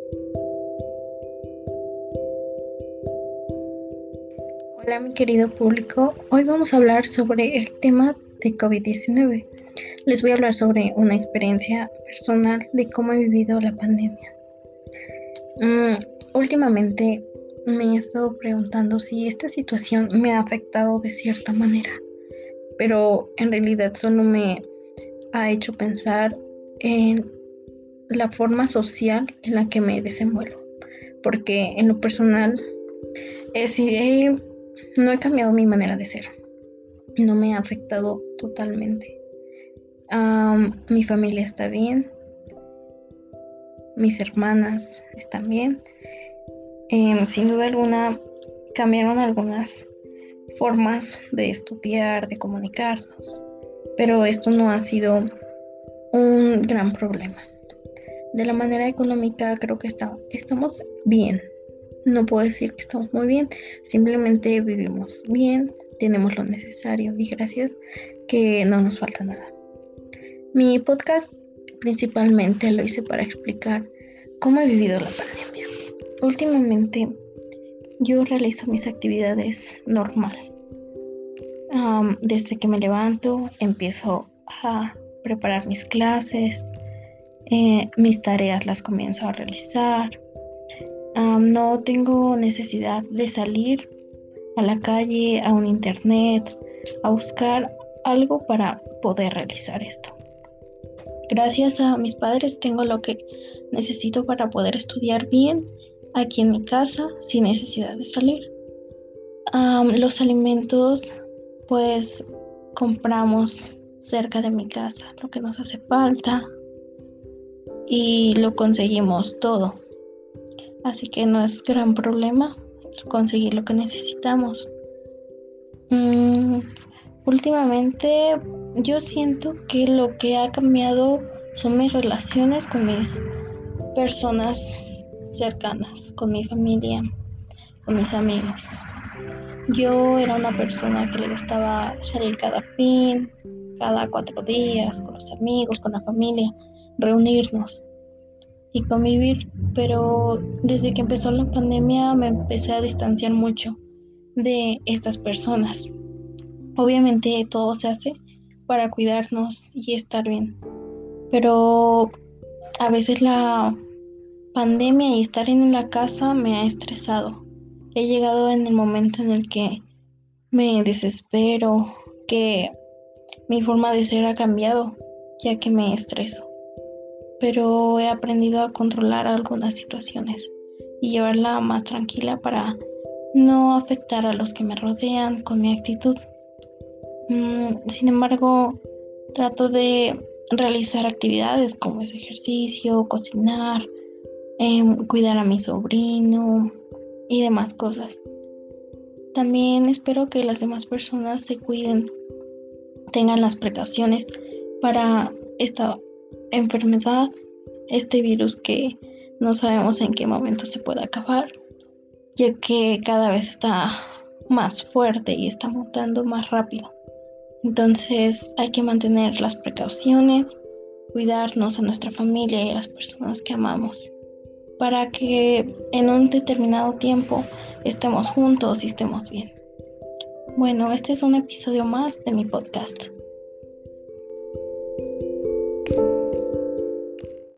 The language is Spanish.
Hola mi querido público, hoy vamos a hablar sobre el tema de COVID-19. Les voy a hablar sobre una experiencia personal de cómo he vivido la pandemia. Últimamente me he estado preguntando si esta situación me ha afectado de cierta manera, pero en realidad solo me ha hecho pensar en la forma social en la que me desenvuelvo, porque en lo personal no he cambiado mi manera de ser. No me ha afectado totalmente. Mi familia está bien, mis hermanas están bien. Sin duda alguna cambiaron algunas formas de estudiar, de comunicarnos, pero esto no ha sido un gran problema. De la manera económica creo que estamos bien. No puedo decir que estamos muy bien, simplemente vivimos bien, tenemos lo necesario y gracias que no nos falta nada. Mi podcast principalmente lo hice para explicar cómo he vivido la pandemia. Últimamente yo realizo mis actividades normal. Desde que me levanto empiezo a preparar mis clases, mis tareas las comienzo a realizar. No tengo necesidad de salir a la calle, a un internet, a buscar algo para poder realizar esto. Gracias a mis padres tengo lo que necesito para poder estudiar bien aquí en mi casa sin necesidad de salir. Los alimentos pues compramos cerca de mi casa lo que nos hace falta y lo conseguimos todo. Así que no es gran problema conseguir lo que necesitamos. Últimamente yo siento que lo que ha cambiado son mis relaciones con mis personas cercanas, con mi familia, con mis amigos. Yo era una persona que le gustaba salir cada 4 días, con los amigos, con la familia, reunirnos y convivir, pero desde que empezó la pandemia me empecé a distanciar mucho de estas personas. Obviamente todo se hace para cuidarnos y estar bien, pero a veces la pandemia y estar en la casa me ha estresado. He llegado en el momento en el que me desespero, que mi forma de ser ha cambiado, ya que me estreso. Pero he aprendido a controlar algunas situaciones y llevarla más tranquila para no afectar a los que me rodean con mi actitud. Sin embargo, trato de realizar actividades como es ejercicio, cocinar, cuidar a mi sobrino y demás cosas. También espero que las demás personas se cuiden, tengan las precauciones para esta enfermedad, este virus que no sabemos en qué momento se puede acabar, ya que cada vez está más fuerte y está mutando más rápido. Entonces hay que mantener las precauciones, cuidarnos a nuestra familia y a las personas que amamos, para que en un determinado tiempo estemos juntos y estemos bien. Bueno, este es un episodio más de mi podcast.